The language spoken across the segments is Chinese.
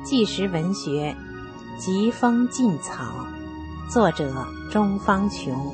纪实文学《疾风劲草》，作者钟方琼。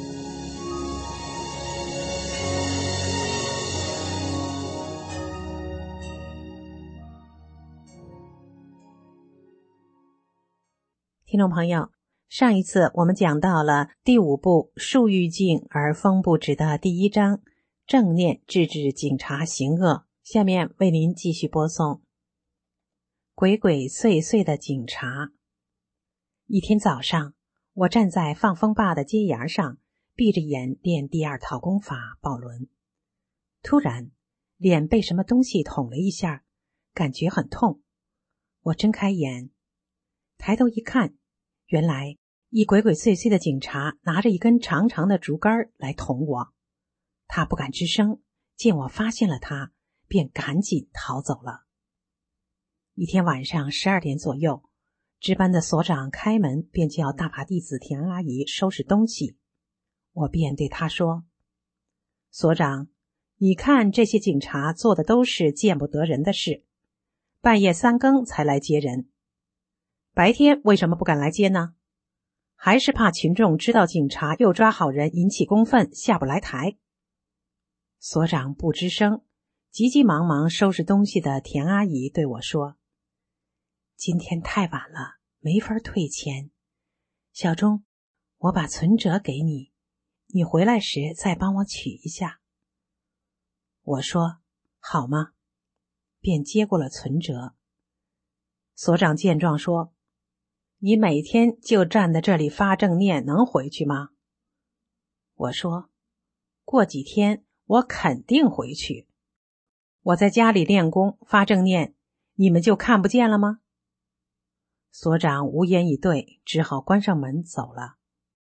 听众朋友，上一次我们讲到了第5部树欲静而风不止的第1章，正念制止警察行恶。下面为您继续播送。鬼鬼祟祟的警察。一天早上，我站在放风坝的阶沿上，闭着眼练第2套功法抱轮。突然，脸被什么东西捅了一下，感觉很痛。我睁开眼，抬头一看，原来一鬼鬼祟祟的警察拿着一根长长的竹竿来捅我。他不敢吱声，见我发现了他，便赶紧逃走了。一天晚上12点左右，值班的所长开门，便叫大法弟子田阿姨收拾东西。我便对他说：所长，你看这些警察做的都是见不得人的事，半夜3更才来接人，白天为什么不敢来接呢？还是怕群众知道警察又抓好人，引起公愤，下不来台。所长不吱声，急急忙忙收拾东西的田阿姨对我说：今天太晚了，没法退钱。小钟，我把存折给你，你回来时再帮我取一下。我说：好吗？便接过了存折。所长见状说：你每天就站在这里发正念，能回去吗？我说：过几天我肯定回去。我在家里练功发正念，你们就看不见了吗？所长无言以对，只好关上门走了。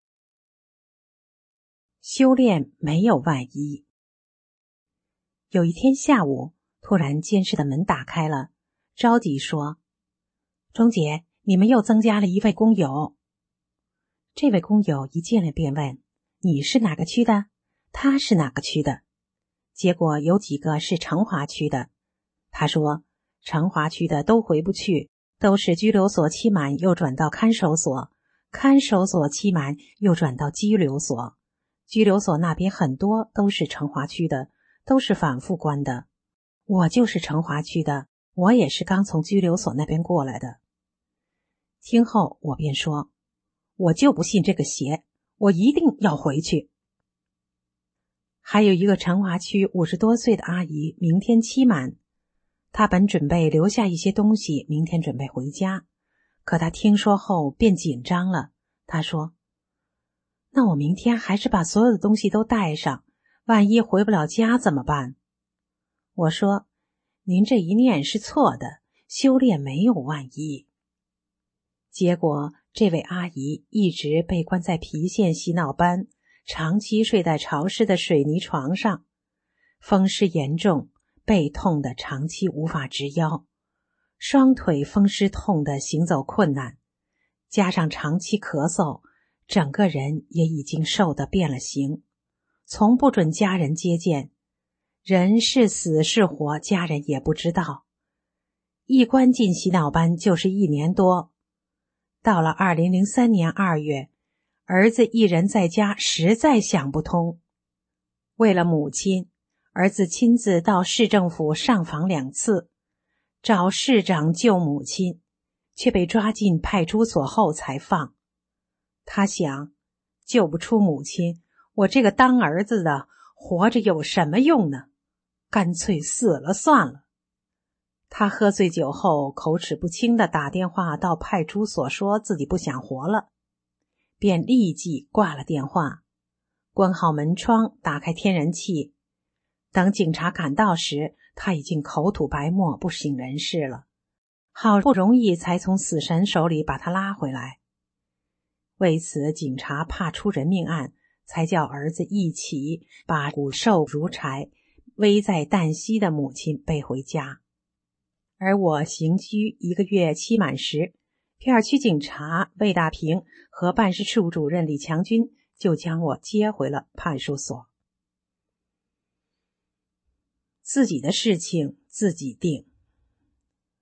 修炼没有万一。有一天下午，突然监室的门打开了，着急说：钟姐，你们又增加了一位工友。这位工友一进来便问：你是哪个区的？他是哪个区的？结果有几个是成华区的。他说成华区的都回不去，都是拘留所期满又转到看守所，看守所期满又转到拘留所，拘留所那边很多都是成华区的，都是反复关的。我就是成华区的，我也是刚从拘留所那边过来的。听后我便说：我就不信这个邪，我一定要回去。还有一个成华区50多岁的阿姨，明天期满，她本准备留下一些东西，明天准备回家，可她听说后便紧张了。她说：那我明天还是把所有的东西都带上，万一回不了家怎么办？我说：您这一念是错的，修炼没有万一。结果这位阿姨一直被关在郫县洗脑班，长期睡在潮湿的水泥床上，风湿严重，背痛得长期无法直腰，双腿风湿痛得行走困难，加上长期咳嗽，整个人也已经瘦得变了形，从不准家人接见，人是死是活家人也不知道。一关进洗脑班就是1年多，到了2003年2月，儿子一人在家，实在想不通。为了母亲，儿子亲自到市政府上访2次，找市长救母亲，却被抓进派出所后才放。他想，救不出母亲，我这个当儿子的活着有什么用呢？干脆死了算了。他喝醉酒后口齿不清地打电话到派出所，说自己不想活了，便立即挂了电话，关好门窗，打开天然气。等警察赶到时，他已经口吐白沫，不省人事了。好不容易才从死神手里把他拉回来。为此，警察怕出人命案，才叫儿子一起把骨瘦如柴、危在旦夕的母亲背回家。而我刑拘1个月期满时，片区警察魏大平和办事处主任李强军就将我接回了派出所。自己的事情自己定。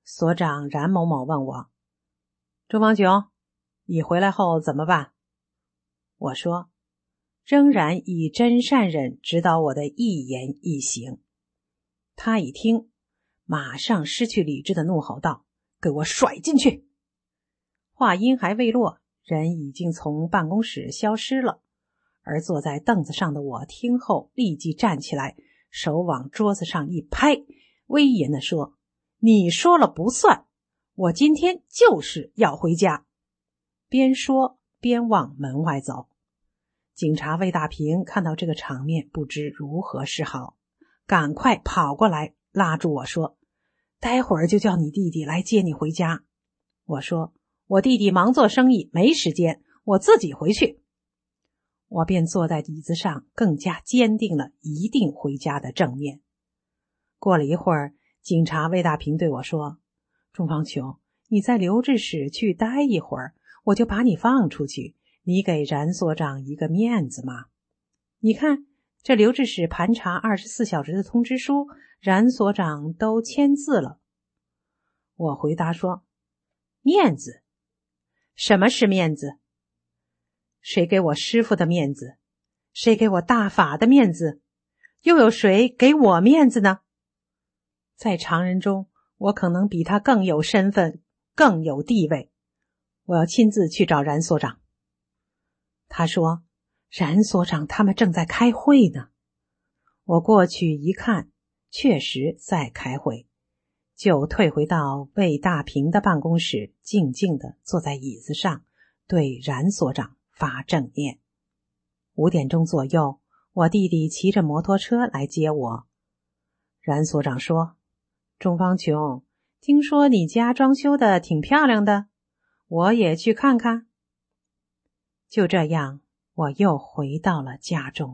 所长冉某某问我：周方琼，你回来后怎么办？我说：仍然以真善忍指导我的一言一行。他一听，马上失去理智的怒吼道：给我甩进去！话音还未落，人已经从办公室消失了。而坐在凳子上的我听后立即站起来，手往桌子上一拍，威严地说：你说了不算，我今天就是要回家。边说边往门外走。警察魏大平看到这个场面，不知如何是好，赶快跑过来拉住我说：待会儿就叫你弟弟来接你回家。我说：我弟弟忙做生意，没时间，我自己回去。我便坐在椅子上，更加坚定了一定回家的正念。过了一会儿，警察魏大平对我说：钟方琼，你在留置室去待一会儿，我就把你放出去，你给冉所长一个面子嘛。你看，这留置室盘查24小时的通知书，冉所长都签字了。我回答说：面子？什么是面子？谁给我师父的面子？谁给我大法的面子？又有谁给我面子呢？在常人中，我可能比他更有身份，更有地位。我要亲自去找冉所长。他说：冉所长他们正在开会呢。我过去一看，确实在开会，就退回到魏大平的办公室，静静地坐在椅子上，对冉所长发正念。5点钟左右，我弟弟骑着摩托车来接我。冉所长说：钟方琼，听说你家装修的挺漂亮的，我也去看看。就这样，我又回到了家中。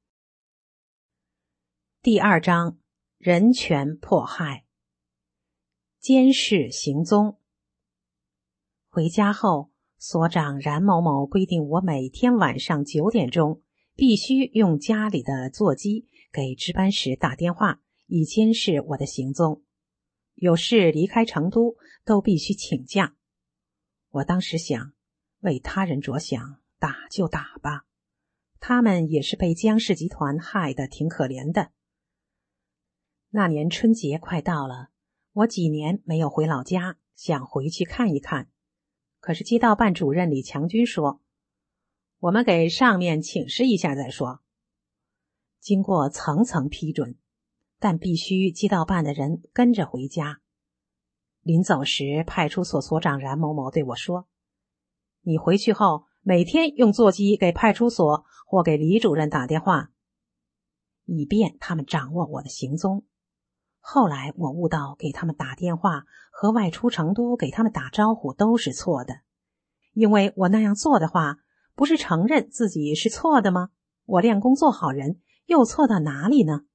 第2章，人权迫害。监视行踪。回家后，所长冉某某规定我每天晚上9点钟必须用家里的座机给值班室打电话，以监视我的行踪。有事离开成都都必须请假。我当时想，为他人着想，打就打吧，他们也是被江氏集团害得挺可怜的。那年春节快到了，我几年没有回老家，想回去看一看。可是街道办主任李强军说：我们给上面请示一下再说。经过层层批准，但必须街道办的人跟着回家。临走时，派出所所长冉某某对我说：你回去后每天用座机给派出所或给李主任打电话，以便他们掌握我的行踪。后来我悟到，给他们打电话和外出成都给他们打招呼都是错的，因为我那样做的话，不是承认自己是错的吗？我练功做好人，又错到哪里呢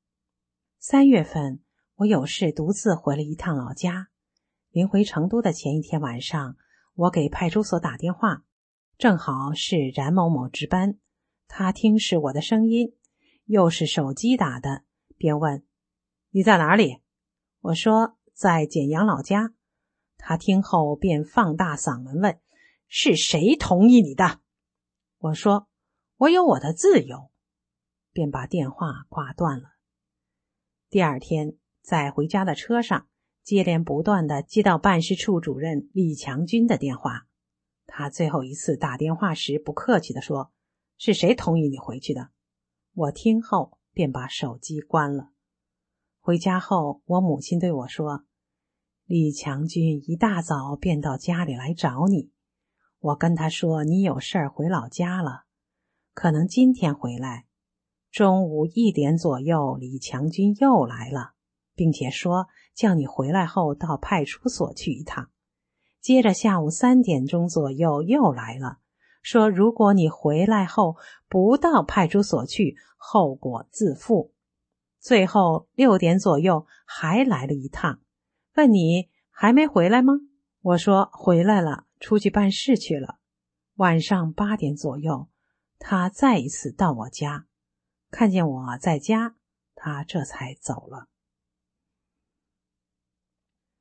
？3月份，我有事独自回了一趟老家。临回成都的前一天晚上，我给派出所打电话，正好是冉某某值班，他听是我的声音，又是手机打的，便问：你在哪里？我说在简阳老家。他听后便放大嗓门问：是谁同意你的？我说我有我的自由，便把电话挂断了。第2天，在回家的车上，接连不断地接到办事处主任李强军的电话。他最后一次打电话时不客气地说：是谁同意你回去的？我听后便把手机关了。回家后，我母亲对我说：李强军一大早便到家里来找你，我跟他说你有事儿回老家了，可能今天回来。中午1点左右，李强军又来了，并且说叫你回来后到派出所去一趟。接着下午3点钟左右又来了，说如果你回来后不到派出所去，后果自负。最后6点左右还来了一趟，问你还没回来吗？我说回来了，出去办事去了。晚上8点左右，他再一次到我家，看见我在家，他这才走了。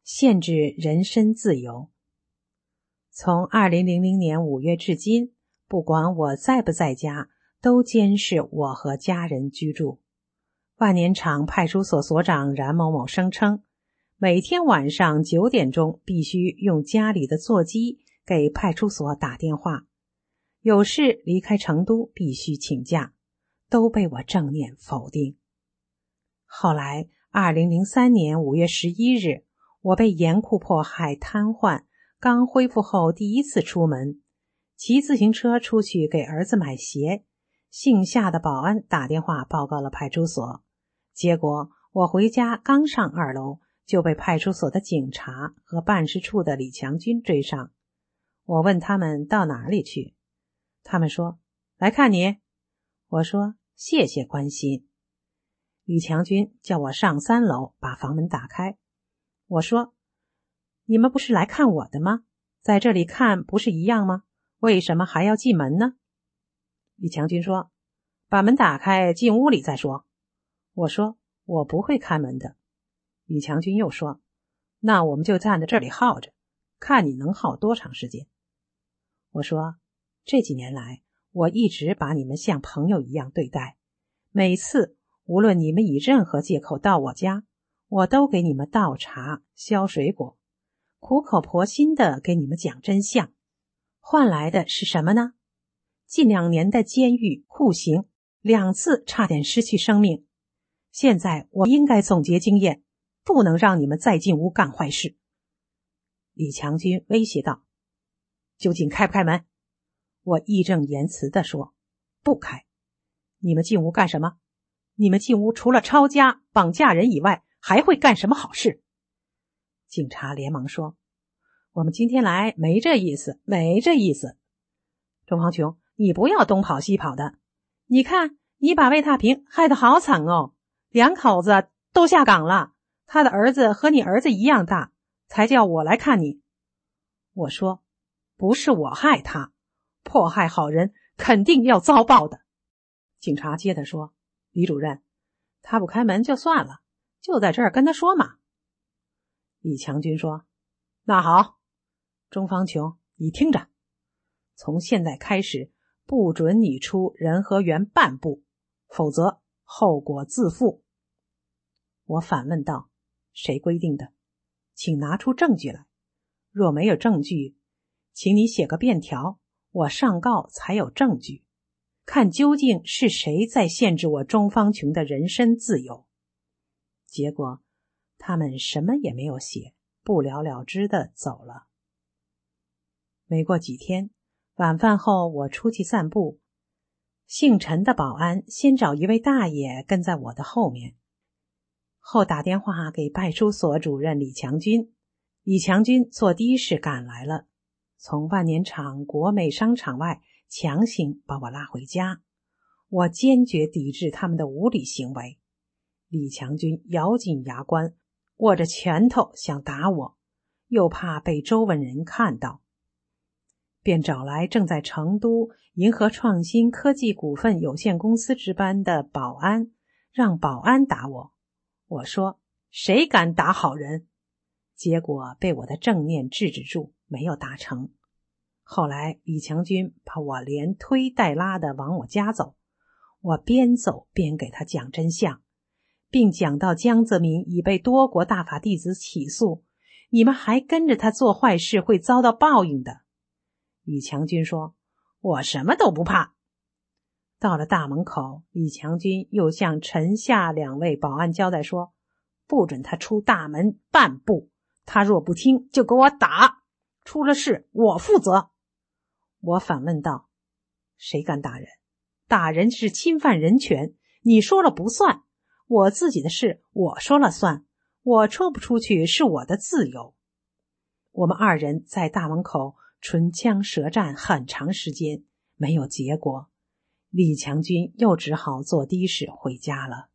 限制人身自由。从2000年5月至今，不管我在不在家，都监视我和家人居住。万年场派出所所长冉某某声称，每天晚上9点钟必须用家里的座机给派出所打电话，有事离开成都必须请假，都被我正面否定。后来2003年5月11日，我被严酷迫害瘫痪，刚恢复后第一次出门，骑自行车出去给儿子买鞋，姓夏的保安打电话报告了派出所，结果我回家刚上2楼就被派出所的警察和办事处的李强军追上。我问他们到哪里去，他们说来看你。我说谢谢关心。李强军叫我上3楼把房门打开。我说你们不是来看我的吗？在这里看不是一样吗？为什么还要进门呢？李强军说把门打开进屋里再说。我说我不会开门的。李强军又说那我们就站在这里耗着，看你能耗多长时间。我说这几年来我一直把你们像朋友一样对待，每次无论你们以任何借口到我家，我都给你们倒茶削水果，苦口婆心地给你们讲真相，换来的是什么呢？近2年的监狱酷刑，2次差点失去生命。现在我应该总结经验，不能让你们再进屋干坏事。李强军威胁道究竟开不开门？我义正言辞地说不开。你们进屋干什么？你们进屋除了抄家绑架人以外还会干什么好事？警察连忙说我们今天来没这意思，没这意思。钟方琼，你不要东跑西跑的，你看你把魏大平害得好惨哦，2口子都下岗了，他的儿子和你儿子一样大，才叫我来看你。我说不是我害他，迫害好人肯定要遭报的。警察接着说李主任，他不开门就算了，就在这儿跟他说嘛。李强军说那好，钟方琼你听着，从现在开始不准你出仁和园半步，否则后果自负。我反问道谁规定的？请拿出证据来，若没有证据，请你写个便条，我上告才有证据，看究竟是谁在限制我钟方琼的人身自由。结果他们什么也没有写，不了了之地走了。没过几天，晚饭后我出去散步，姓陈的保安先找一位大爷跟在我的后面，后打电话给派出所主任李强军。李强军坐的士赶来了，从万年场国美商场外强行把我拉回家。我坚决抵制他们的无理行为。李强军咬紧牙关，握着拳头想打我，又怕被周围人看到，便找来正在成都银河创新科技股份有限公司值班的保安，让保安打我。我说谁敢打好人？结果被我的正念制止住，没有达成。后来李强军把我连推带拉的往我家走，我边走边给他讲真相，并讲到江泽民已被多国大法弟子起诉，你们还跟着他做坏事会遭到报应的。李强军说我什么都不怕。到了大门口，李强军又向陈夏2位保安交代说不准他出大门半步，他若不听就给我打，出了事我负责。我反问道谁敢打人？打人是侵犯人权，你说了不算，我自己的事我说了算，我出不出去是我的自由。我们2人在大门口唇枪舌战很长时间，没有结果。李强军又只好坐的士回家了。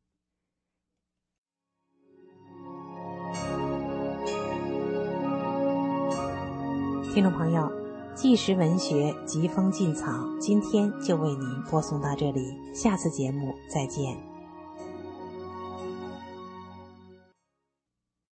听众朋友，纪实文学疾风劲草今天就为您播送到这里，下次节目再见。